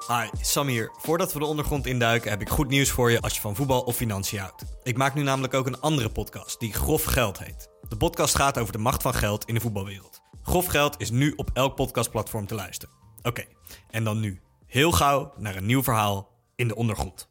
Hi, Sam hier. Voordat we de ondergrond induiken heb ik goed nieuws voor je als je van voetbal of financiën houdt. Ik maak nu namelijk ook een andere podcast die Grof Geld heet. De podcast gaat over de macht van geld in de voetbalwereld. Grof Geld is nu op elk podcastplatform te luisteren. Oké, en dan nu heel gauw naar een nieuw verhaal in de ondergrond.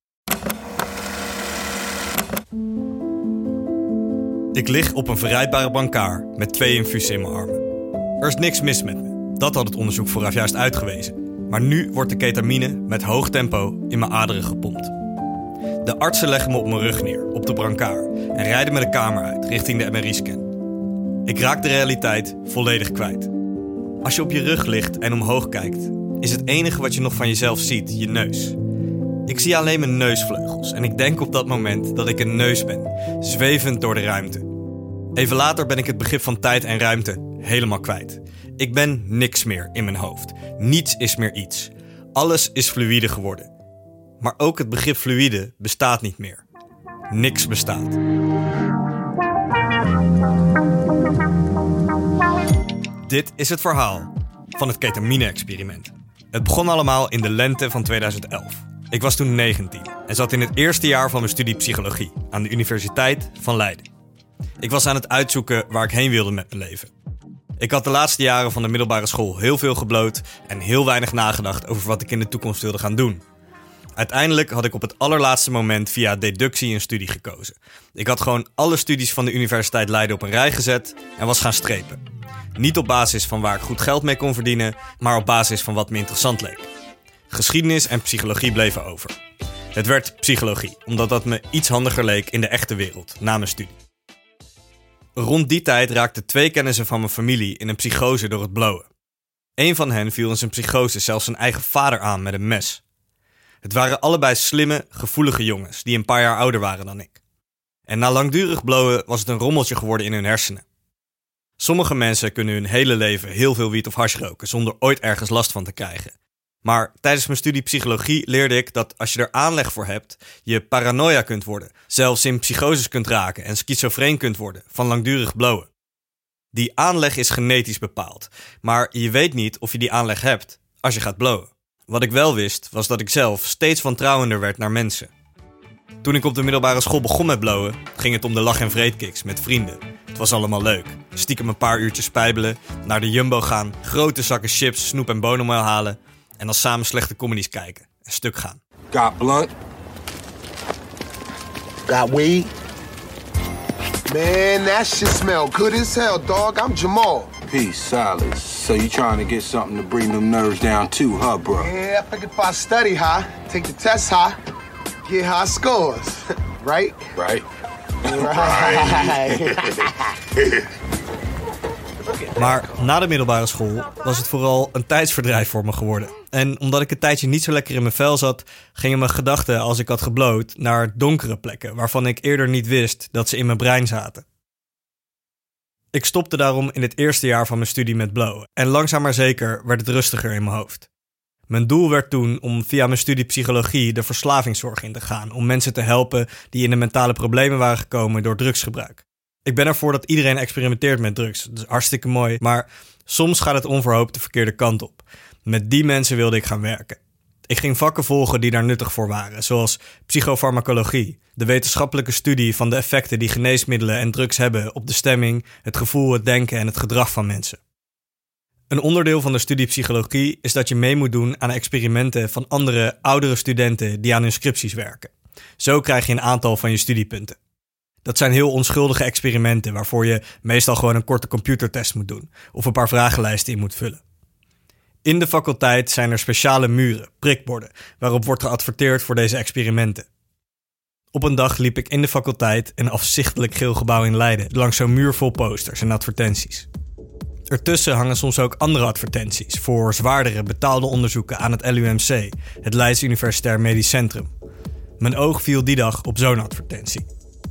Ik lig op een verrijdbare brancard met 2 infusen in mijn armen. Er is niks mis met me. Dat had het onderzoek vooraf juist uitgewezen. Maar nu wordt de ketamine met hoog tempo in mijn aderen gepompt. De artsen leggen me op mijn rug neer, op de brancard, en rijden me de kamer uit richting de MRI-scan. Ik raak de realiteit volledig kwijt. Als je op je rug ligt en omhoog kijkt, is het enige wat je nog van jezelf ziet je neus. Ik zie alleen mijn neusvleugels en ik denk op dat moment dat ik een neus ben, zwevend door de ruimte. Even later ben ik het begrip van tijd en ruimte helemaal kwijt. Ik ben niks meer in mijn hoofd. Niets is meer iets. Alles is fluïde geworden. Maar ook het begrip fluïde bestaat niet meer. Niks bestaat. Dit is het verhaal van het ketamine-experiment. Het begon allemaal in de lente van 2011. Ik was toen 19 en zat in het eerste jaar van mijn studie psychologie aan de Universiteit van Leiden. Ik was aan het uitzoeken waar ik heen wilde met mijn leven. Ik had de laatste jaren van de middelbare school heel veel gebloot en heel weinig nagedacht over wat ik in de toekomst wilde gaan doen. Uiteindelijk had ik op het allerlaatste moment via deductie een studie gekozen. Ik had gewoon alle studies van de Universiteit Leiden op een rij gezet en was gaan strepen. Niet op basis van waar ik goed geld mee kon verdienen, maar op basis van wat me interessant leek. Geschiedenis en psychologie bleven over. Het werd psychologie, omdat dat me iets handiger leek in de echte wereld, na mijn studie. Rond die tijd raakten 2 kennissen van mijn familie in een psychose door het blowen. Eén van hen viel in zijn psychose zelfs zijn eigen vader aan met een mes. Het waren allebei slimme, gevoelige jongens die een paar jaar ouder waren dan ik. En na langdurig blowen was het een rommeltje geworden in hun hersenen. Sommige mensen kunnen hun hele leven heel veel wiet of hash roken zonder ooit ergens last van te krijgen. Maar tijdens mijn studie psychologie leerde ik dat als je er aanleg voor hebt, je paranoia kunt worden, zelfs in psychoses kunt raken en schizofreen kunt worden van langdurig blowen. Die aanleg is genetisch bepaald, maar je weet niet of je die aanleg hebt als je gaat blowen. Wat ik wel wist, was dat ik zelf steeds wantrouwender werd naar mensen. Toen ik op de middelbare school begon met blowen, ging het om de lach- en vreedkicks met vrienden. Het was allemaal leuk. Stiekem een paar uurtjes spijbelen, naar de Jumbo gaan, grote zakken chips, snoep en bonemel halen en dan samen slechte comedies kijken en stuk gaan. Got blunt? Got weed? Man, that shit smell good as hell, dog. I'm Jamal. Peace, silence. So you trying to get something to bring them nerves down too, huh, bro? Yeah, I figured if I study high, take the test high, get high scores. Right? Right. Maar na de middelbare school was het vooral een tijdsverdrijf voor me geworden. En omdat ik een tijdje niet zo lekker in mijn vel zat, gingen mijn gedachten als ik had gebloot naar donkere plekken waarvan ik eerder niet wist dat ze in mijn brein zaten. Ik stopte daarom in het eerste jaar van mijn studie met blowen en langzaam maar zeker werd het rustiger in mijn hoofd. Mijn doel werd toen om via mijn studie psychologie de verslavingszorg in te gaan, om mensen te helpen die in de mentale problemen waren gekomen door drugsgebruik. Ik ben ervoor dat iedereen experimenteert met drugs. Dat is hartstikke mooi, maar soms gaat het onverhoopt de verkeerde kant op. Met die mensen wilde ik gaan werken. Ik ging vakken volgen die daar nuttig voor waren, zoals psychofarmacologie, de wetenschappelijke studie van de effecten die geneesmiddelen en drugs hebben op de stemming, het gevoel, het denken en het gedrag van mensen. Een onderdeel van de studie psychologie is dat je mee moet doen aan experimenten van andere, oudere studenten die aan hun scripties werken. Zo krijg je een aantal van je studiepunten. Dat zijn heel onschuldige experimenten waarvoor je meestal gewoon een korte computertest moet doen of een paar vragenlijsten in moet vullen. In de faculteit zijn er speciale muren, prikborden, waarop wordt geadverteerd voor deze experimenten. Op een dag liep ik in de faculteit, een afzichtelijk geel gebouw in Leiden, langs zo'n muur vol posters en advertenties. Ertussen hangen soms ook andere advertenties voor zwaardere betaalde onderzoeken aan het LUMC, het Leids Universitair Medisch Centrum. Mijn oog viel die dag op zo'n advertentie.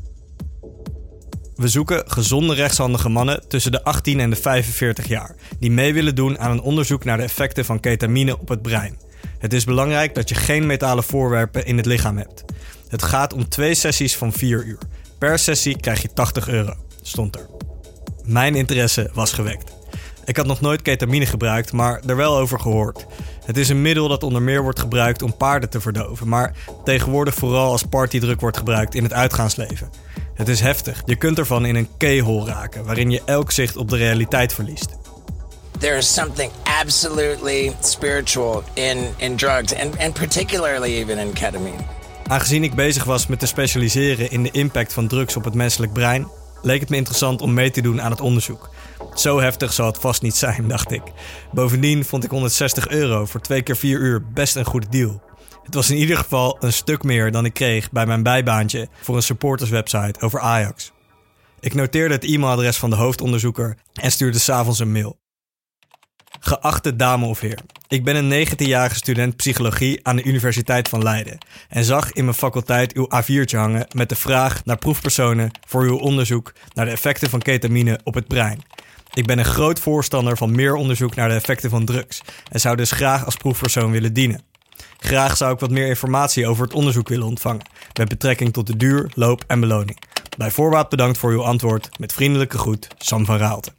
We zoeken gezonde rechtshandige mannen tussen de 18 en de 45 jaar... die mee willen doen aan een onderzoek naar de effecten van ketamine op het brein. Het is belangrijk dat je geen metalen voorwerpen in het lichaam hebt. Het gaat om 2 sessies van 4 uur. Per sessie krijg je €80, stond er. Mijn interesse was gewekt. Ik had nog nooit ketamine gebruikt, maar er wel over gehoord. Het is een middel dat onder meer wordt gebruikt om paarden te verdoven, maar tegenwoordig vooral als partydruk wordt gebruikt in het uitgaansleven. Het is heftig. Je kunt ervan in een K-hole raken, waarin je elk zicht op de realiteit verliest. There is something absolutely spiritual in drugs, and particularly even in ketamine. Aangezien ik bezig was met te specialiseren in de impact van drugs op het menselijk brein, leek het me interessant om mee te doen aan het onderzoek. Zo heftig zal het vast niet zijn, dacht ik. Bovendien vond ik €160 voor 2 keer 4 uur best een goede deal. Het was in ieder geval een stuk meer dan ik kreeg bij mijn bijbaantje voor een supporterswebsite over Ajax. Ik noteerde het e-mailadres van de hoofdonderzoeker en stuurde 's avonds een mail. Geachte dame of heer, ik ben een 19-jarige student psychologie aan de Universiteit van Leiden en zag in mijn faculteit uw A4'tje hangen met de vraag naar proefpersonen voor uw onderzoek naar de effecten van ketamine op het brein. Ik ben een groot voorstander van meer onderzoek naar de effecten van drugs en zou dus graag als proefpersoon willen dienen. Graag zou ik wat meer informatie over het onderzoek willen ontvangen, met betrekking tot de duur, loop en beloning. Bij voorbaat bedankt voor uw antwoord. Met vriendelijke groet, Sam van Raalte.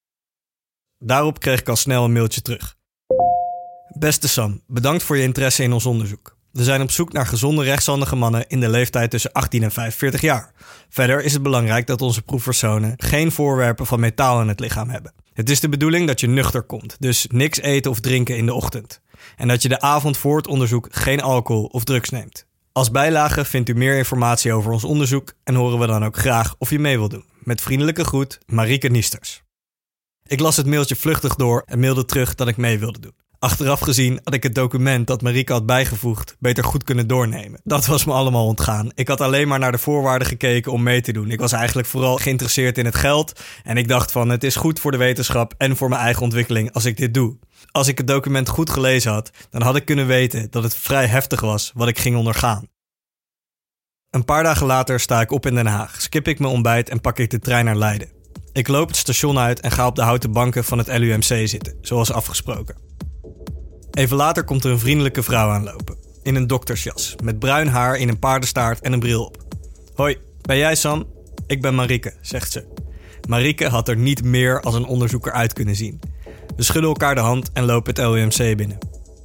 Daarop kreeg ik al snel een mailtje terug. Beste Sam, bedankt voor je interesse in ons onderzoek. We zijn op zoek naar gezonde rechtshandige mannen in de leeftijd tussen 18 en 45 jaar. Verder is het belangrijk dat onze proefpersonen geen voorwerpen van metaal in het lichaam hebben. Het is de bedoeling dat je nuchter komt, dus niks eten of drinken in de ochtend. En dat je de avond voor het onderzoek geen alcohol of drugs neemt. Als bijlage vindt u meer informatie over ons onderzoek en horen we dan ook graag of je mee wilt doen. Met vriendelijke groet, Marieke Niesters. Ik las het mailtje vluchtig door en mailde terug dat ik mee wilde doen. Achteraf gezien had ik het document dat Marieke had bijgevoegd beter goed kunnen doornemen. Dat was me allemaal ontgaan. Ik had alleen maar naar de voorwaarden gekeken om mee te doen. Ik was eigenlijk vooral geïnteresseerd in het geld en ik dacht van het is goed voor de wetenschap en voor mijn eigen ontwikkeling als ik dit doe. Als ik het document goed gelezen had, dan had ik kunnen weten dat het vrij heftig was wat ik ging ondergaan. Een paar dagen later sta ik op in Den Haag, skip ik mijn ontbijt en pak ik de trein naar Leiden. Ik loop het station uit en ga op de houten banken van het LUMC zitten, zoals afgesproken. Even later komt er een vriendelijke vrouw aanlopen, in een doktersjas, met bruin haar in een paardenstaart en een bril op. Hoi, ben jij Sam? Ik ben Marieke, zegt ze. Marieke had er niet meer als een onderzoeker uit kunnen zien. We schudden elkaar de hand en lopen het LUMC binnen.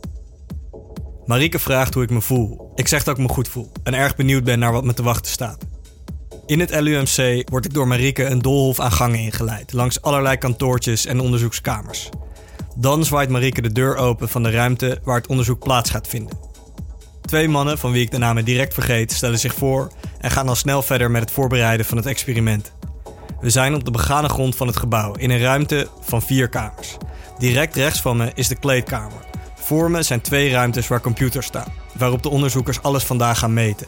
Marieke vraagt hoe ik me voel. Ik zeg dat ik me goed voel en erg benieuwd ben naar wat me te wachten staat. In het LUMC word ik door Marieke een doolhof aan gangen ingeleid, langs allerlei kantoortjes en onderzoekskamers. Dan zwaait Marieke de deur open van de ruimte waar het onderzoek plaats gaat vinden. 2 mannen, van wie ik de namen direct vergeet, stellen zich voor en gaan al snel verder met het voorbereiden van het experiment. We zijn op de begane grond van het gebouw, in een ruimte van 4 kamers. Direct rechts van me is de kleedkamer. Voor me zijn 2 ruimtes waar computers staan, waarop de onderzoekers alles vandaag gaan meten.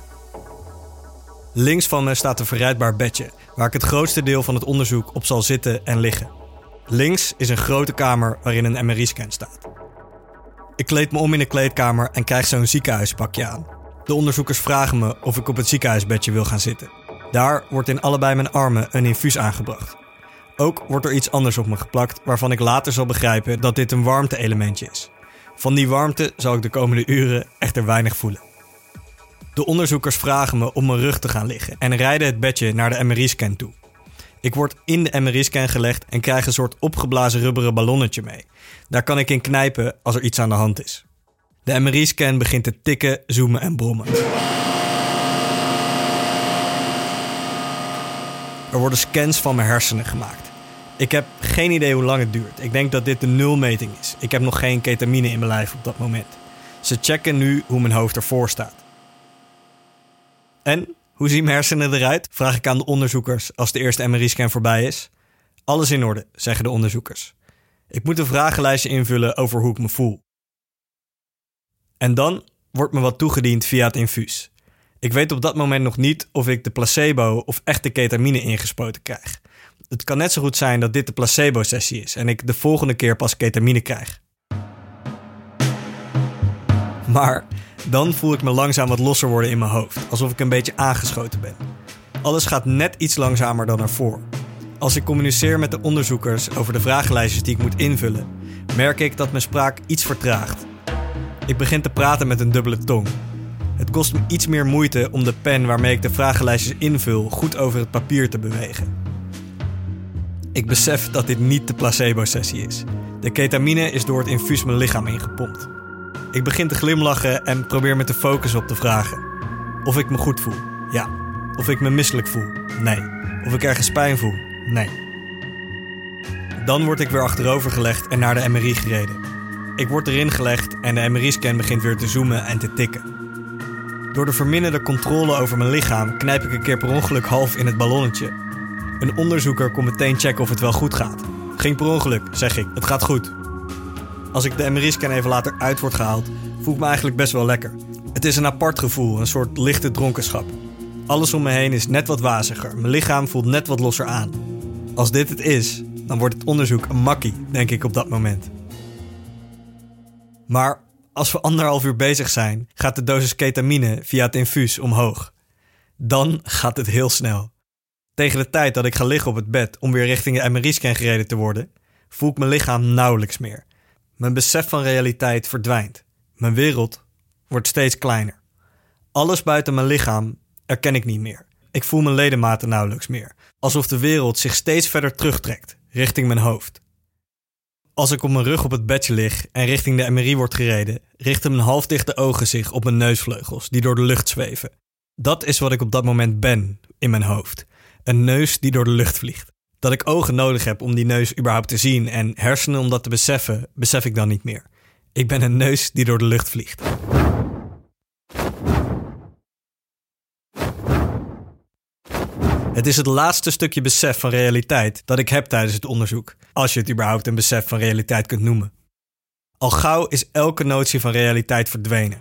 Links van me staat een verrijdbaar bedje, waar ik het grootste deel van het onderzoek op zal zitten en liggen. Links is een grote kamer waarin een MRI-scan staat. Ik kleed me om in de kleedkamer en krijg zo'n ziekenhuispakje aan. De onderzoekers vragen me of ik op het ziekenhuisbedje wil gaan zitten. Daar wordt in allebei mijn armen een infuus aangebracht. Ook wordt er iets anders op me geplakt, waarvan ik later zal begrijpen dat dit een warmte-elementje is. Van die warmte zal ik de komende uren echter weinig voelen. De onderzoekers vragen me om mijn rug te gaan liggen en rijden het bedje naar de MRI-scan toe. Ik word in de MRI-scan gelegd en krijg een soort opgeblazen rubberen ballonnetje mee. Daar kan ik in knijpen als er iets aan de hand is. De MRI-scan begint te tikken, zoomen en brommen. Er worden scans van mijn hersenen gemaakt. Ik heb geen idee hoe lang het duurt. Ik denk dat dit de nulmeting is. Ik heb nog geen ketamine in mijn lijf op dat moment. Ze checken nu hoe mijn hoofd ervoor staat. En, hoe zien mijn hersenen eruit? Vraag ik aan de onderzoekers als de eerste MRI-scan voorbij is. Alles in orde, zeggen de onderzoekers. Ik moet een vragenlijstje invullen over hoe ik me voel. En dan wordt me wat toegediend via het infuus. Ik weet op dat moment nog niet of ik de placebo of echte ketamine ingespoten krijg. Het kan net zo goed zijn dat dit de placebo-sessie is en ik de volgende keer pas ketamine krijg. Maar dan voel ik me langzaam wat losser worden in mijn hoofd, alsof ik een beetje aangeschoten ben. Alles gaat net iets langzamer dan ervoor. Als ik communiceer met de onderzoekers over de vragenlijstjes die ik moet invullen, merk ik dat mijn spraak iets vertraagt. Ik begin te praten met een dubbele tong. Het kost me iets meer moeite om de pen waarmee ik de vragenlijstjes invul goed over het papier te bewegen. Ik besef dat dit niet de placebo-sessie is. De ketamine is door het infuus mijn lichaam ingepompt. Ik begin te glimlachen en probeer me te focussen op de vragen. Of ik me goed voel? Ja. Of ik me misselijk voel? Nee. Of ik ergens pijn voel? Nee. Dan word ik weer achterover gelegd en naar de MRI gereden. Ik word erin gelegd en de MRI-scan begint weer te zoomen en te tikken. Door de verminderde controle over mijn lichaam knijp ik een keer per ongeluk half in het ballonnetje. Een onderzoeker komt meteen checken of het wel goed gaat. Ging per ongeluk, zeg ik. Het gaat goed. Als ik de MRI-scan even later uit word gehaald, voel ik me eigenlijk best wel lekker. Het is een apart gevoel, een soort lichte dronkenschap. Alles om me heen is net wat waziger. Mijn lichaam voelt net wat losser aan. Als dit het is, dan wordt het onderzoek een makkie, denk ik op dat moment. Maar als we 1,5 uur bezig zijn, gaat de dosis ketamine via het infuus omhoog. Dan gaat het heel snel. Tegen de tijd dat ik ga liggen op het bed om weer richting de MRI-scan gereden te worden, voel ik mijn lichaam nauwelijks meer. Mijn besef van realiteit verdwijnt. Mijn wereld wordt steeds kleiner. Alles buiten mijn lichaam erken ik niet meer. Ik voel mijn ledematen nauwelijks meer. Alsof de wereld zich steeds verder terugtrekt, richting mijn hoofd. Als ik op mijn rug op het bedje lig en richting de MRI wordt gereden, richten mijn halfdichte ogen zich op mijn neusvleugels die door de lucht zweven. Dat is wat ik op dat moment ben in mijn hoofd. Een neus die door de lucht vliegt. Dat ik ogen nodig heb om die neus überhaupt te zien en hersenen om dat te beseffen, besef ik dan niet meer. Ik ben een neus die door de lucht vliegt. Het is het laatste stukje besef van realiteit dat ik heb tijdens het onderzoek, als je het überhaupt een besef van realiteit kunt noemen. Al gauw is elke notie van realiteit verdwenen.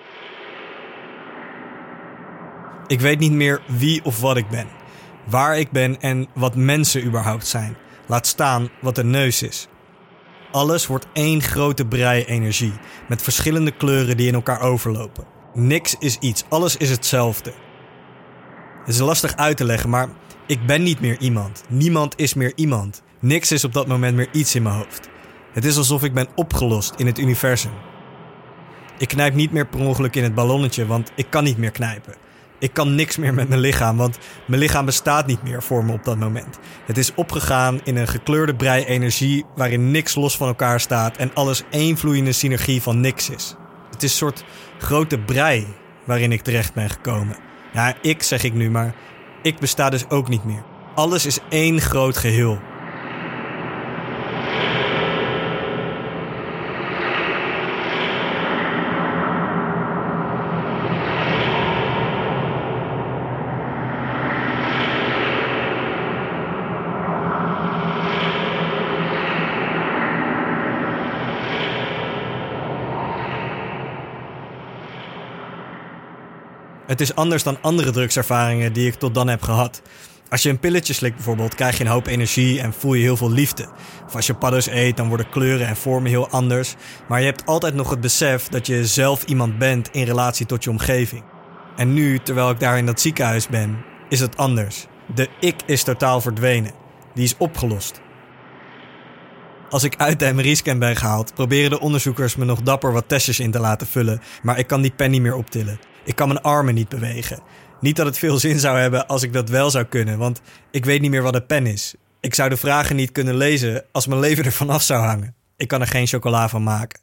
Ik weet niet meer wie of wat ik ben, waar ik ben en wat mensen überhaupt zijn. Laat staan wat een neus is. Alles wordt één grote brei energie, met verschillende kleuren die in elkaar overlopen. Niks is iets, alles is hetzelfde. Het is lastig uit te leggen, maar ik ben niet meer iemand. Niemand is meer iemand. Niks is op dat moment meer iets in mijn hoofd. Het is alsof ik ben opgelost in het universum. Ik knijp niet meer per ongeluk in het ballonnetje, want ik kan niet meer knijpen. Ik kan niks meer met mijn lichaam, want mijn lichaam bestaat niet meer voor me op dat moment. Het is opgegaan in een gekleurde brei energie waarin niks los van elkaar staat en alles één vloeiende synergie van niks is. Het is een soort grote brei waarin ik terecht ben gekomen. Ja, ik zeg ik nu, maar ik besta dus ook niet meer. Alles is één groot geheel. Het is anders dan andere drugservaringen die ik tot dan heb gehad. Als je een pilletje slikt bijvoorbeeld, krijg je een hoop energie en voel je heel veel liefde. Of als je paddo's eet, dan worden kleuren en vormen heel anders. Maar je hebt altijd nog het besef dat je zelf iemand bent in relatie tot je omgeving. En nu, terwijl ik daar in dat ziekenhuis ben, is het anders. De ik is totaal verdwenen. Die is opgelost. Als ik uit de MRI-scan ben gehaald, proberen de onderzoekers me nog dapper wat testjes in te laten vullen. Maar ik kan die pen niet meer optillen. Ik kan mijn armen niet bewegen. Niet dat het veel zin zou hebben als ik dat wel zou kunnen, want ik weet niet meer wat een pen is. Ik zou de vragen niet kunnen lezen als mijn leven er vanaf zou hangen. Ik kan er geen chocola van maken.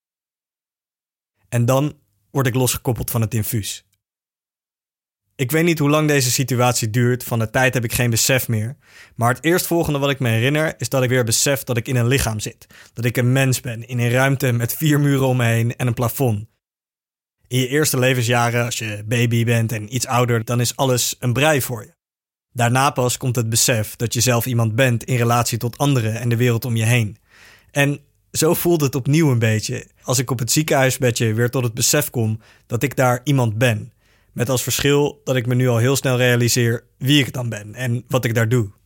En dan word ik losgekoppeld van het infuus. Ik weet niet hoe lang deze situatie duurt, van de tijd heb ik geen besef meer. Maar het eerstvolgende wat ik me herinner is dat ik weer besef dat ik in een lichaam zit. Dat ik een mens ben, in een ruimte met 4 muren om me heen en een plafond. In je eerste levensjaren, als je baby bent en iets ouder, dan is alles een brei voor je. Daarna pas komt het besef dat je zelf iemand bent in relatie tot anderen en de wereld om je heen. En zo voelt het opnieuw een beetje als ik op het ziekenhuisbedje weer tot het besef kom dat ik daar iemand ben. Met als verschil dat ik me nu al heel snel realiseer wie ik dan ben en wat ik daar doe.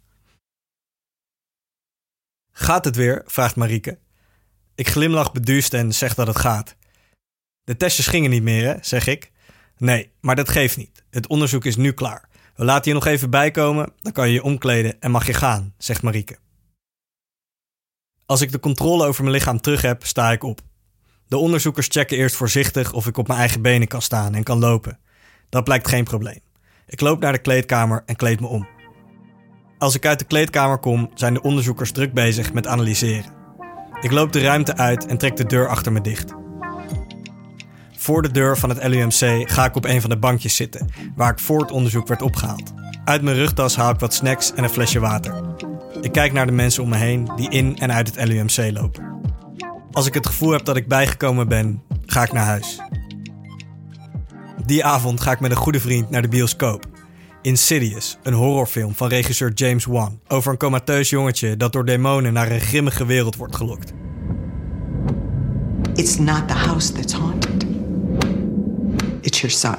Gaat het weer? Vraagt Marieke. Ik glimlach beduust en zeg dat het gaat. De testjes gingen niet meer, hè? Zeg ik. Nee, maar dat geeft niet. Het onderzoek is nu klaar. We laten je nog even bijkomen, dan kan je je omkleden en mag je gaan, zegt Marieke. Als ik de controle over mijn lichaam terug heb, sta ik op. De onderzoekers checken eerst voorzichtig of ik op mijn eigen benen kan staan en kan lopen. Dat blijkt geen probleem. Ik loop naar de kleedkamer en kleed me om. Als ik uit de kleedkamer kom, zijn de onderzoekers druk bezig met analyseren. Ik loop de ruimte uit en trek de deur achter me dicht. Voor de deur van het LUMC ga ik op een van de bankjes zitten, waar ik voor het onderzoek werd opgehaald. Uit mijn rugtas haal ik wat snacks en een flesje water. Ik kijk naar de mensen om me heen die in en uit het LUMC lopen. Als ik het gevoel heb dat ik bijgekomen ben, ga ik naar huis. Die avond ga ik met een goede vriend naar de bioscoop. Insidious, een horrorfilm van regisseur James Wan over een comateus jongetje dat door demonen naar een grimmige wereld wordt gelokt. It's not the house that's haunted. It's your son.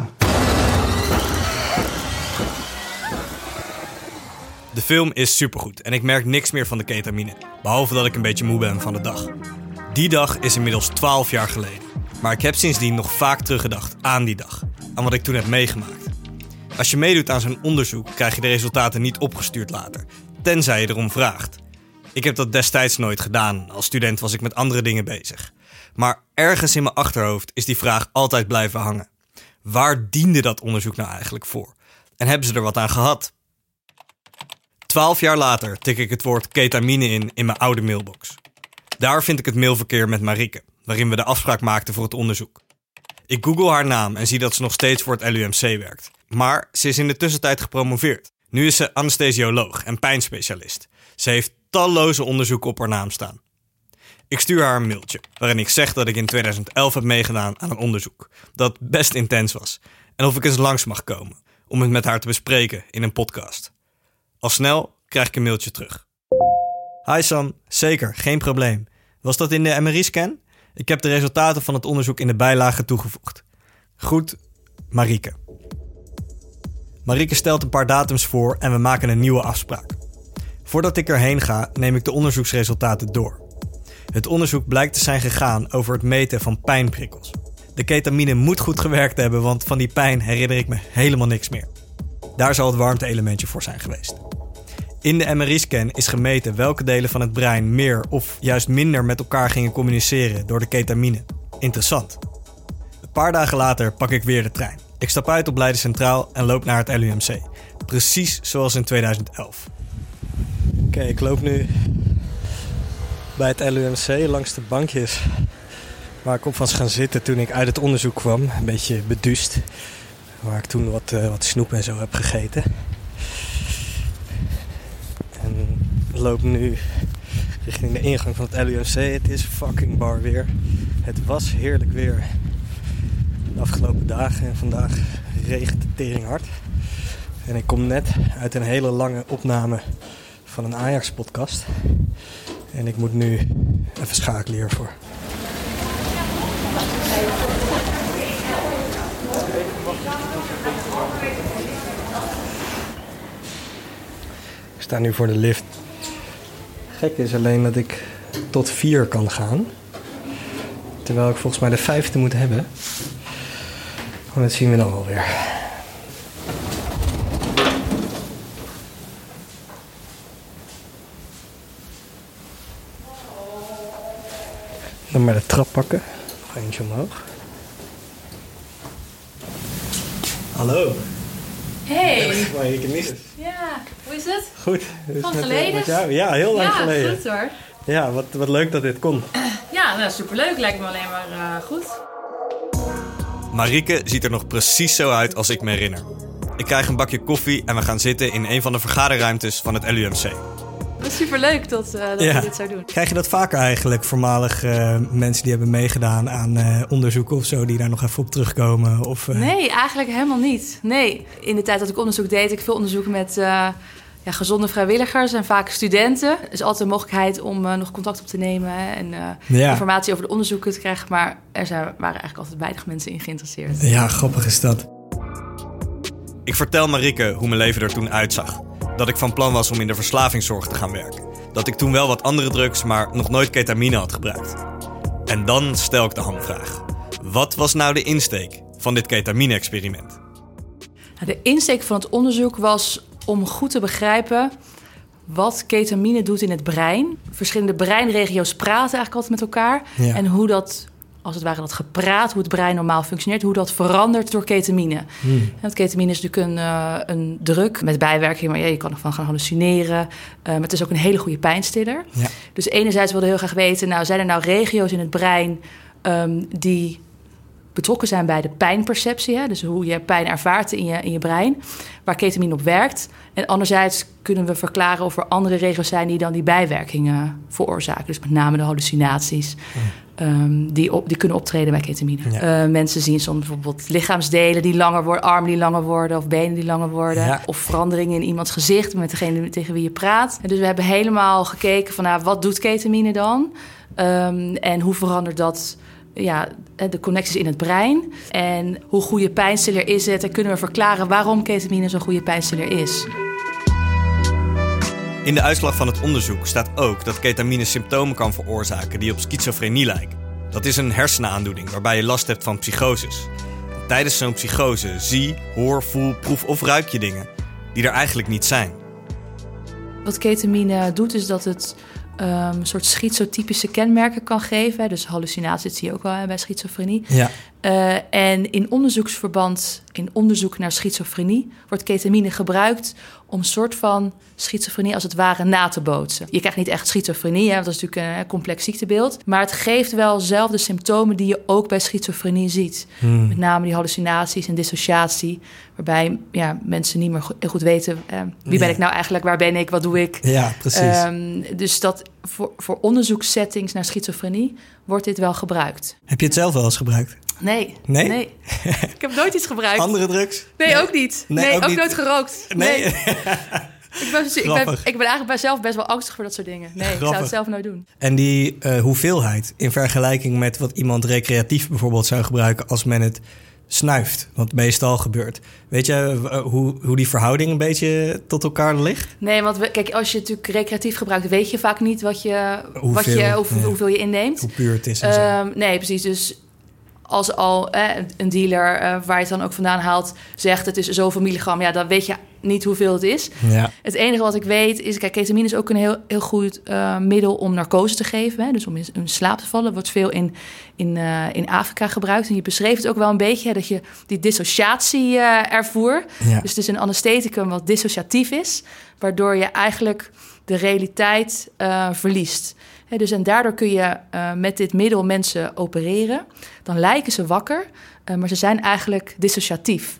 De film is supergoed en ik merk niks meer van de ketamine, behalve dat ik een beetje moe ben van de dag. Die dag is inmiddels 12 jaar geleden, maar ik heb sindsdien nog vaak teruggedacht aan die dag, aan wat ik toen heb meegemaakt. Als je meedoet aan zo'n onderzoek, krijg je de resultaten niet opgestuurd later, tenzij je erom vraagt. Ik heb dat destijds nooit gedaan, als student was ik met andere dingen bezig. Maar ergens in mijn achterhoofd is die vraag altijd blijven hangen. Waar diende dat onderzoek nou eigenlijk voor? En hebben ze er wat aan gehad? 12 jaar later tik ik het woord ketamine in mijn oude mailbox. Daar vind ik het mailverkeer met Marieke, waarin we de afspraak maakten voor het onderzoek. Ik google haar naam en zie dat ze nog steeds voor het LUMC werkt. Maar ze is in de tussentijd gepromoveerd. Nu is ze anesthesioloog en pijnspecialist. Ze heeft talloze onderzoeken op haar naam staan. Ik stuur haar een mailtje, waarin ik zeg dat ik in 2011 heb meegedaan aan een onderzoek. Dat best intens was. En of ik eens langs mag komen, om het met haar te bespreken in een podcast. Al snel krijg ik een mailtje terug. Hi Sam, zeker, geen probleem. Was dat in de MRI-scan? Ik heb de resultaten van het onderzoek in de bijlage toegevoegd. Goed, Marieke. Marieke stelt een paar datums voor en we maken een nieuwe afspraak. Voordat ik erheen ga, neem ik de onderzoeksresultaten door. Het onderzoek blijkt te zijn gegaan over het meten van pijnprikkels. De ketamine moet goed gewerkt hebben, want van die pijn herinner ik me helemaal niks meer. Daar zal het warmte-elementje voor zijn geweest. In de MRI-scan is gemeten welke delen van het brein meer of juist minder met elkaar gingen communiceren door de ketamine. Interessant. Een paar dagen later pak ik weer de trein. Ik stap uit op Leiden Centraal en loop naar het LUMC. Precies zoals in 2011. Oké, ik loop nu bij het LUMC langs de bankjes waar ik op was gaan zitten toen ik uit het onderzoek kwam. Een beetje beduust. Waar ik toen wat snoep en zo heb gegeten. En ik loop nu richting de ingang van het LUMC. Het is fucking bar weer. Het was heerlijk weer de afgelopen dagen. En vandaag regent de tering hard. En ik kom net uit een hele lange opname van een Ajax-podcast. En ik moet nu even schakelen hiervoor. Ik sta nu voor de lift. Gek is alleen dat ik tot 4 kan gaan. Terwijl ik volgens mij de 5e moet hebben. Maar dat zien we dan wel weer. Dan maar de trap pakken. Nog eentje omhoog. Hallo. Hey. Marieke Nies. Ja, hoe is het? Goed. Dus Lang geleden? met jou? Ja, heel lang geleden. Ja, goed hoor. Ja, wat leuk dat dit kon. Ja, nou, superleuk. Lijkt me alleen maar goed. Marieke ziet er nog precies zo uit als ik me herinner. Ik krijg een bakje koffie en we gaan zitten in een van de vergaderruimtes van het LUMC. Het is superleuk dat we dit zo doen. Krijg je dat vaker eigenlijk, voormalig mensen die hebben meegedaan aan onderzoeken of zo, die daar nog even op terugkomen? Of, Nee, eigenlijk helemaal niet. Nee, in de tijd dat ik onderzoek deed, ik veel onderzoeken met gezonde vrijwilligers en vaak studenten. Er is altijd een mogelijkheid om nog contact op te nemen en informatie over de onderzoeken te krijgen. Maar waren eigenlijk altijd weinig mensen in geïnteresseerd. Ja, grappig is dat. Ik vertel Marieke hoe mijn leven er toen uitzag. Dat ik van plan was om in de verslavingszorg te gaan werken. Dat ik toen wel wat andere drugs, maar nog nooit ketamine had gebruikt. En dan stel ik de hamvraag. Wat was nou de insteek van dit ketamine-experiment? De insteek van het onderzoek was om goed te begrijpen wat ketamine doet in het brein. Verschillende breinregio's praten eigenlijk altijd met elkaar. Ja. En hoe dat als het ware dat gepraat, hoe het brein normaal functioneert, hoe dat verandert door ketamine. Want ketamine is natuurlijk een drug met bijwerking, maar je kan ervan gaan hallucineren. Maar het is ook een hele goede pijnstiller. Ja. Dus enerzijds wilde heel graag weten, zijn er nou regio's in het brein die betrokken zijn bij de pijnperceptie, hè? Dus hoe je pijn ervaart in je brein, waar ketamine op werkt. En anderzijds kunnen we verklaren of er andere regio's zijn die dan die bijwerkingen veroorzaken. Dus met name de hallucinaties die kunnen optreden bij ketamine. Ja. Mensen zien soms bijvoorbeeld lichaamsdelen die langer worden, armen die langer worden of benen die langer worden. Ja. Of veranderingen in iemands gezicht met degene tegen wie je praat. En dus we hebben helemaal gekeken van wat doet ketamine dan? En hoe verandert dat de connecties in het brein? En hoe goede pijnstiller is het? En kunnen we verklaren waarom ketamine zo'n goede pijnstiller is? In de uitslag van het onderzoek staat ook dat ketamine symptomen kan veroorzaken die op schizofrenie lijken. Dat is een hersenaandoening waarbij je last hebt van psychoses. En tijdens zo'n psychose zie, hoor, voel, proef of ruik je dingen die er eigenlijk niet zijn. Wat ketamine doet is dat het een soort schizotypische kenmerken kan geven. Dus hallucinatie, dat zie je ook wel bij schizofrenie. Ja. En in onderzoeksverband, in onderzoek naar schizofrenie, wordt ketamine gebruikt om een soort van schizofrenie als het ware na te bootsen. Je krijgt niet echt schizofrenie, want dat is natuurlijk een complex ziektebeeld. Maar het geeft wel zelf de symptomen die je ook bij schizofrenie ziet. Met name die hallucinaties en dissociatie, waarbij mensen niet meer goed weten wie ben ik nou eigenlijk, waar ben ik, wat doe ik. Ja, precies. Dus dat voor onderzoekssettings naar schizofrenie wordt dit wel gebruikt. Heb je het zelf wel eens gebruikt? Nee. Ik heb nooit iets gebruikt. Andere drugs? Nee, ook niet. Nee, ook niet. Nooit gerookt. Nee. Ik ben eigenlijk zelf best wel angstig voor dat soort dingen. Nee, ik zou het zelf nooit doen. En die hoeveelheid in vergelijking met wat iemand recreatief bijvoorbeeld zou gebruiken als men het snuift, wat meestal gebeurt. Weet je hoe die verhouding een beetje tot elkaar ligt? Nee, want kijk, als je het natuurlijk recreatief gebruikt, weet je vaak niet hoeveel je inneemt. Hoe puur het is. Nee, precies. Dus als al een dealer waar je het dan ook vandaan haalt zegt het is zoveel milligram, dan weet je niet hoeveel het is. Ja. Het enige wat ik weet is, kijk, ketamine is ook een heel goed middel om narcose te geven. Hè? Dus om in slaap te vallen. Wordt veel in Afrika gebruikt. En je beschreef het ook wel een beetje, dat je die dissociatie ervoer. Ja. Dus het is een anestheticum wat dissociatief is, waardoor je eigenlijk de realiteit verliest. Dus en daardoor kun je met dit middel mensen opereren. Dan lijken ze wakker, maar ze zijn eigenlijk dissociatief.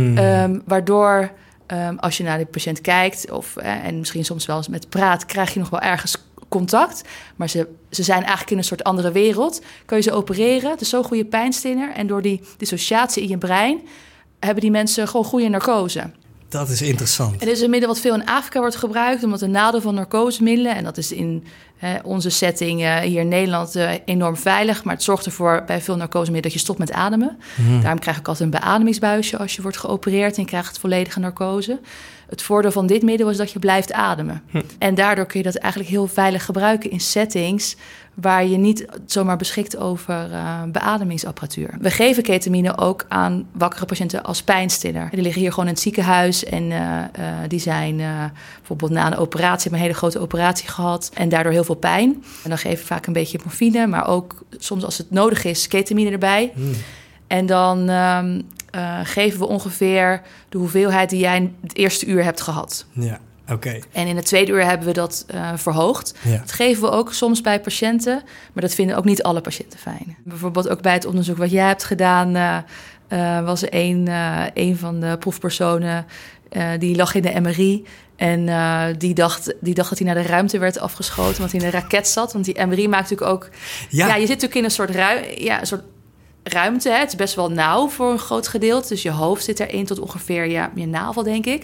Waardoor als je naar de patiënt kijkt en misschien soms wel eens met praat, krijg je nog wel ergens contact. Maar ze zijn eigenlijk in een soort andere wereld. Kun je ze opereren, het is zo'n goede pijnstiller. En door die dissociatie in je brein hebben die mensen gewoon goede narcose. Dat is interessant. Het is een middel wat veel in Afrika wordt gebruikt, omdat een nadeel van narcosemiddelen, en dat is in onze setting hier in Nederland enorm veilig, maar het zorgt ervoor bij veel narcosemiddelen dat je stopt met ademen. Daarom krijg ik altijd een beademingsbuisje als je wordt geopereerd en je krijgt het volledige narcose. Het voordeel van dit middel is dat je blijft ademen. En daardoor kun je dat eigenlijk heel veilig gebruiken in settings waar je niet zomaar beschikt over beademingsapparatuur. We geven ketamine ook aan wakkere patiënten als pijnstiller. Die liggen hier gewoon in het ziekenhuis en die zijn bijvoorbeeld na een operatie, hebben een hele grote operatie gehad en daardoor heel veel pijn. En dan geven we vaak een beetje morfine, maar ook soms als het nodig is ketamine erbij. En dan geven we ongeveer de hoeveelheid die jij het eerste uur hebt gehad. Ja. Okay. En in het tweede uur hebben we dat verhoogd. Ja. Dat geven we ook soms bij patiënten, maar dat vinden ook niet alle patiënten fijn. Bijvoorbeeld ook bij het onderzoek wat jij hebt gedaan, was een van de proefpersonen die lag in de MRI. En die dacht dat hij naar de ruimte werd afgeschoten, want hij in een raket zat. Want die MRI maakt natuurlijk ook... Ja, je zit natuurlijk in een soort ruimte. Hè? Het is best wel nauw voor een groot gedeelte. Dus je hoofd zit erin tot ongeveer je navel, denk ik.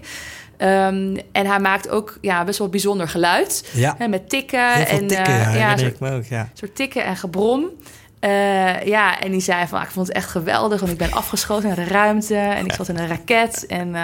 En hij maakt ook best wel bijzonder geluid. Ja. Hè, met tikken. Heel veel tikken, Een soort tikken en gebrom. En die zei van, ik vond het echt geweldig, want ik ben afgeschoten naar de ruimte en ik zat in een raket. En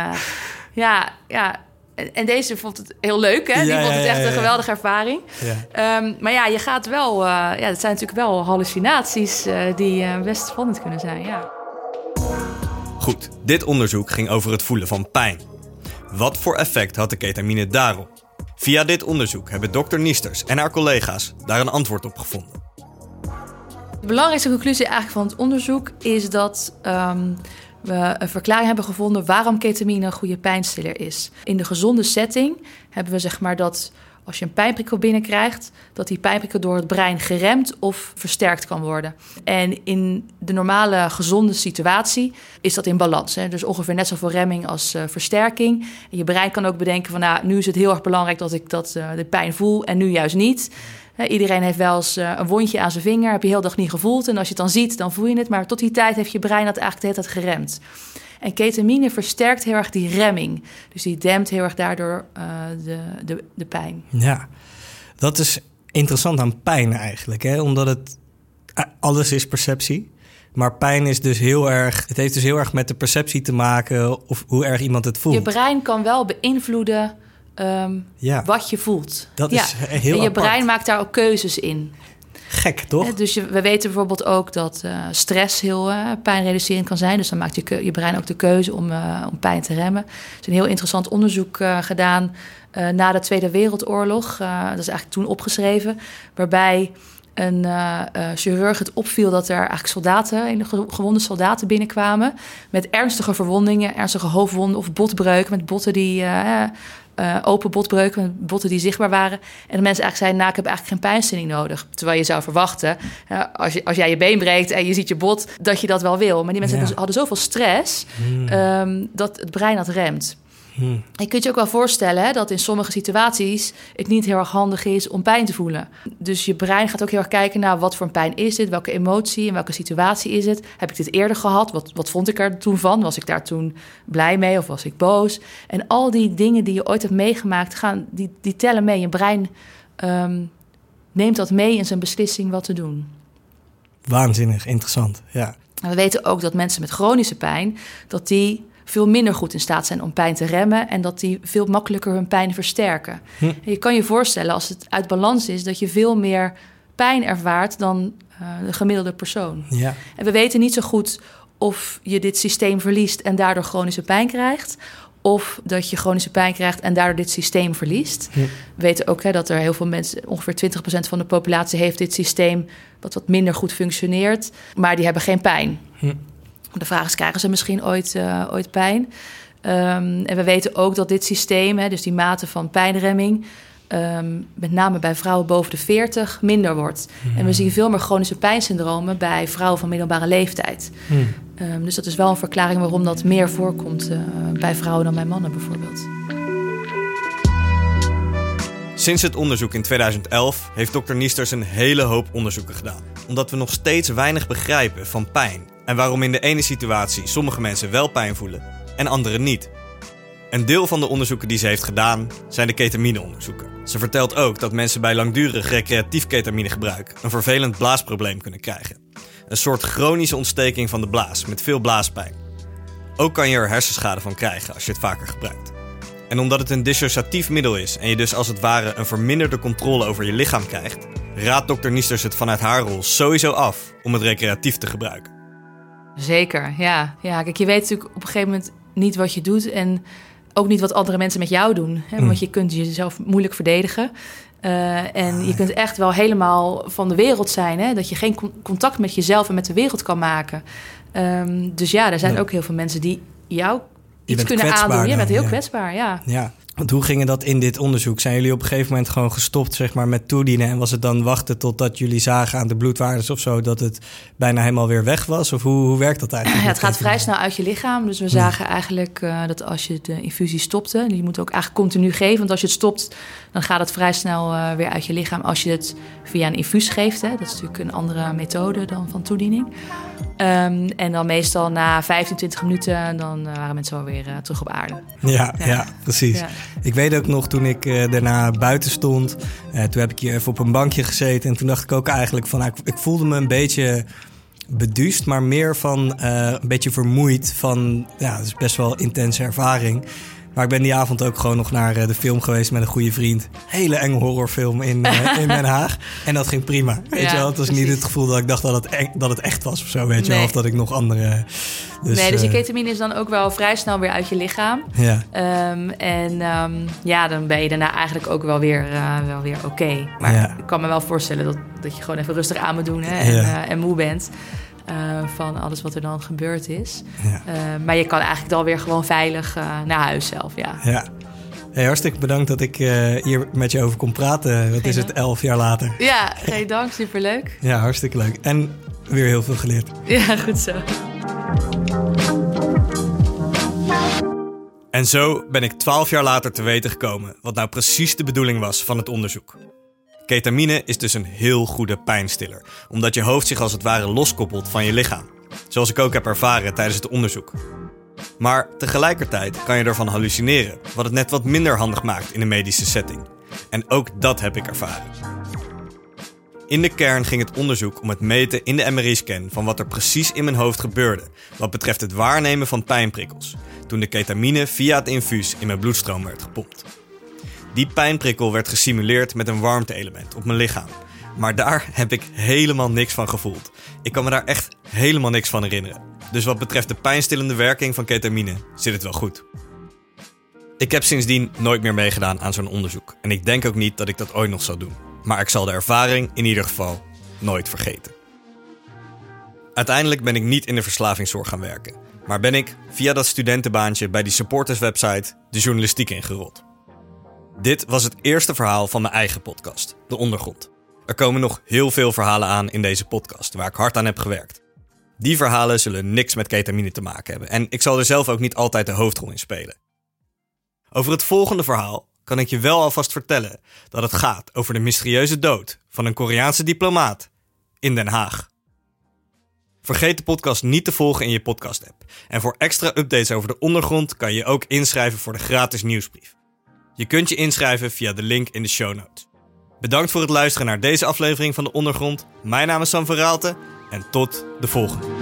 en deze vond het heel leuk, hè? Die vond het echt een geweldige ervaring. Ja. Maar je gaat wel... het zijn natuurlijk wel hallucinaties die best spannend kunnen zijn, ja. Goed, dit onderzoek ging over het voelen van pijn. Wat voor effect had de ketamine daarop? Via dit onderzoek hebben dokter Niesters en haar collega's daar een antwoord op gevonden. De belangrijkste conclusie eigenlijk van het onderzoek is dat we een verklaring hebben gevonden waarom ketamine een goede pijnstiller is. In de gezonde setting hebben we zeg maar dat als je een pijnprikkel binnenkrijgt, dat die pijnprikkel door het brein geremd of versterkt kan worden. En in de normale gezonde situatie is dat in balans. Hè? Dus ongeveer net zoveel remming als versterking. En je brein kan ook bedenken van nu is het heel erg belangrijk dat ik de pijn voel en nu juist niet. Iedereen heeft wel eens een wondje aan zijn vinger, heb je heel dag niet gevoeld. En als je het dan ziet, dan voel je het. Maar tot die tijd heeft je brein dat eigenlijk de hele tijd geremd. En ketamine versterkt heel erg die remming. Dus die dempt heel erg daardoor de pijn. Ja, dat is interessant aan pijn eigenlijk. Hè? Omdat alles is perceptie. Maar pijn is dus het heeft dus heel erg met de perceptie te maken of hoe erg iemand het voelt. Je brein kan wel beïnvloeden wat je voelt. Dat is heel en je apart. brein maakt daar ook keuzes in. Gek, toch? Dus we weten bijvoorbeeld ook dat stress heel pijnreducerend kan zijn. Dus dan maakt je brein ook de keuze om pijn te remmen. Er is een heel interessant onderzoek gedaan na de Tweede Wereldoorlog. Dat is eigenlijk toen opgeschreven. Waarbij een chirurg het opviel dat er eigenlijk gewonde soldaten binnenkwamen. Met ernstige verwondingen, ernstige hoofdwonden of botbreuken. Met botten die... open botbreuken, met botten die zichtbaar waren. En de mensen eigenlijk zeiden, ik heb eigenlijk geen pijnstilling nodig. Terwijl je zou verwachten, als jij je been breekt en je ziet je bot, dat je dat wel wil. Maar die mensen hadden zoveel stress dat het brein dat remt. Je kunt je ook wel voorstellen dat in sommige situaties het niet heel erg handig is om pijn te voelen. Dus je brein gaat ook heel erg kijken naar wat voor een pijn is dit, welke emotie, in welke situatie is het. Heb ik dit eerder gehad? Wat vond ik er toen van? Was ik daar toen blij mee of was ik boos? En al die dingen die je ooit hebt meegemaakt, die tellen mee. Je brein neemt dat mee in zijn beslissing wat te doen. Waanzinnig, interessant, ja. En we weten ook dat mensen met chronische pijn, dat die veel minder goed in staat zijn om pijn te remmen en dat die veel makkelijker hun pijn versterken. En je kan je voorstellen, als het uit balans is, dat je veel meer pijn ervaart dan de gemiddelde persoon. Ja. En we weten niet zo goed of je dit systeem verliest en daardoor chronische pijn krijgt, of dat je chronische pijn krijgt en daardoor dit systeem verliest. We weten ook dat er heel veel mensen, ongeveer 20% van de populatie heeft dit systeem wat minder goed functioneert, maar die hebben geen pijn. De vraag is, krijgen ze misschien ooit pijn? En we weten ook dat dit systeem, dus die mate van pijnremming, met name bij vrouwen boven de 40 minder wordt. En we zien veel meer chronische pijnsyndromen bij vrouwen van middelbare leeftijd. Dus dat is wel een verklaring waarom dat meer voorkomt bij vrouwen dan bij mannen bijvoorbeeld. Sinds het onderzoek in 2011 heeft Dr. Niesters een hele hoop onderzoeken gedaan. Omdat we nog steeds weinig begrijpen van pijn. En waarom in de ene situatie sommige mensen wel pijn voelen en anderen niet. Een deel van de onderzoeken die ze heeft gedaan zijn de ketamine-onderzoeken. Ze vertelt ook dat mensen bij langdurig recreatief ketaminegebruik een vervelend blaasprobleem kunnen krijgen. Een soort chronische ontsteking van de blaas met veel blaaspijn. Ook kan je er hersenschade van krijgen als je het vaker gebruikt. En omdat het een dissociatief middel is en je dus als het ware een verminderde controle over je lichaam krijgt, raadt Dr. Niesters het vanuit haar rol sowieso af om het recreatief te gebruiken. Zeker, ja. Kijk, je weet natuurlijk op een gegeven moment niet wat je doet en ook niet wat andere mensen met jou doen. Hè? Want je kunt jezelf moeilijk verdedigen. En je kunt echt wel helemaal van de wereld zijn. Hè? Dat je geen contact met jezelf en met de wereld kan maken. Dus er zijn ook heel veel mensen die jou iets kunnen aandoen. Je bent heel kwetsbaar, ja. Want hoe ging dat in dit onderzoek? Zijn jullie op een gegeven moment gewoon gestopt zeg maar, met toedienen? En was het dan wachten totdat jullie zagen aan de bloedwaardes of zo dat het bijna helemaal weer weg was? Of hoe werkt dat eigenlijk? Het gaat vrij snel uit je lichaam. Dus we zagen eigenlijk dat als je de infusie stopte, die moet ook eigenlijk continu geven. Want als je het stopt, dan gaat het vrij snel weer uit je lichaam. Als je het via een infuus geeft, dat is natuurlijk een andere methode dan van toediening. En dan meestal na 15, 20 minuten, dan waren mensen alweer terug op aarde. Ja, precies. Ja. Ik weet ook nog, toen ik daarna buiten stond, toen heb ik hier even op een bankje gezeten. En toen dacht ik ook eigenlijk van, ik voelde me een beetje beduust, maar meer van een beetje vermoeid van, het is best wel intense ervaring. Maar ik ben die avond ook gewoon nog naar de film geweest met een goede vriend. Hele enge horrorfilm in Den Haag. En dat ging prima. Weet je wel? Het was niet het gevoel dat ik dacht dat het echt was of zo. Weet je wel? Of dat ik nog andere Dus die ketamine is dan ook wel vrij snel weer uit je lichaam. Ja. Dan ben je daarna eigenlijk ook wel weer oké. Maar ik kan me wel voorstellen dat je gewoon even rustig aan moet doen en moe bent. Van alles wat er dan gebeurd is. Ja. Maar je kan eigenlijk dan weer gewoon veilig naar huis zelf, ja. Hey, hartstikke bedankt dat ik hier met je over kon praten. Wat is het, 11 jaar later? Ja, geen dank. Superleuk. Ja, hartstikke leuk. En weer heel veel geleerd. Ja, goed zo. En zo ben ik 12 jaar later te weten gekomen wat nou precies de bedoeling was van het onderzoek. Ketamine is dus een heel goede pijnstiller, omdat je hoofd zich als het ware loskoppelt van je lichaam. Zoals ik ook heb ervaren tijdens het onderzoek. Maar tegelijkertijd kan je ervan hallucineren, wat het net wat minder handig maakt in een medische setting. En ook dat heb ik ervaren. In de kern ging het onderzoek om het meten in de MRI-scan van wat er precies in mijn hoofd gebeurde, wat betreft het waarnemen van pijnprikkels, toen de ketamine via het infuus in mijn bloedstroom werd gepompt. Die pijnprikkel werd gesimuleerd met een warmte-element op mijn lichaam. Maar daar heb ik helemaal niks van gevoeld. Ik kan me daar echt helemaal niks van herinneren. Dus wat betreft de pijnstillende werking van ketamine zit het wel goed. Ik heb sindsdien nooit meer meegedaan aan zo'n onderzoek. En ik denk ook niet dat ik dat ooit nog zal doen. Maar ik zal de ervaring in ieder geval nooit vergeten. Uiteindelijk ben ik niet in de verslavingszorg gaan werken. Maar ben ik via dat studentenbaantje bij die supporterswebsite de journalistiek ingerold. Dit was het eerste verhaal van mijn eigen podcast, De Ondergrond. Er komen nog heel veel verhalen aan in deze podcast, waar ik hard aan heb gewerkt. Die verhalen zullen niks met ketamine te maken hebben en ik zal er zelf ook niet altijd de hoofdrol in spelen. Over het volgende verhaal kan ik je wel alvast vertellen dat het gaat over de mysterieuze dood van een Koreaanse diplomaat in Den Haag. Vergeet de podcast niet te volgen in je podcast-app. En voor extra updates over De Ondergrond kan je je ook inschrijven voor de gratis nieuwsbrief. Je kunt je inschrijven via de link in de show notes. Bedankt voor het luisteren naar deze aflevering van De Ondergrond. Mijn naam is Sam van Raalte en tot de volgende.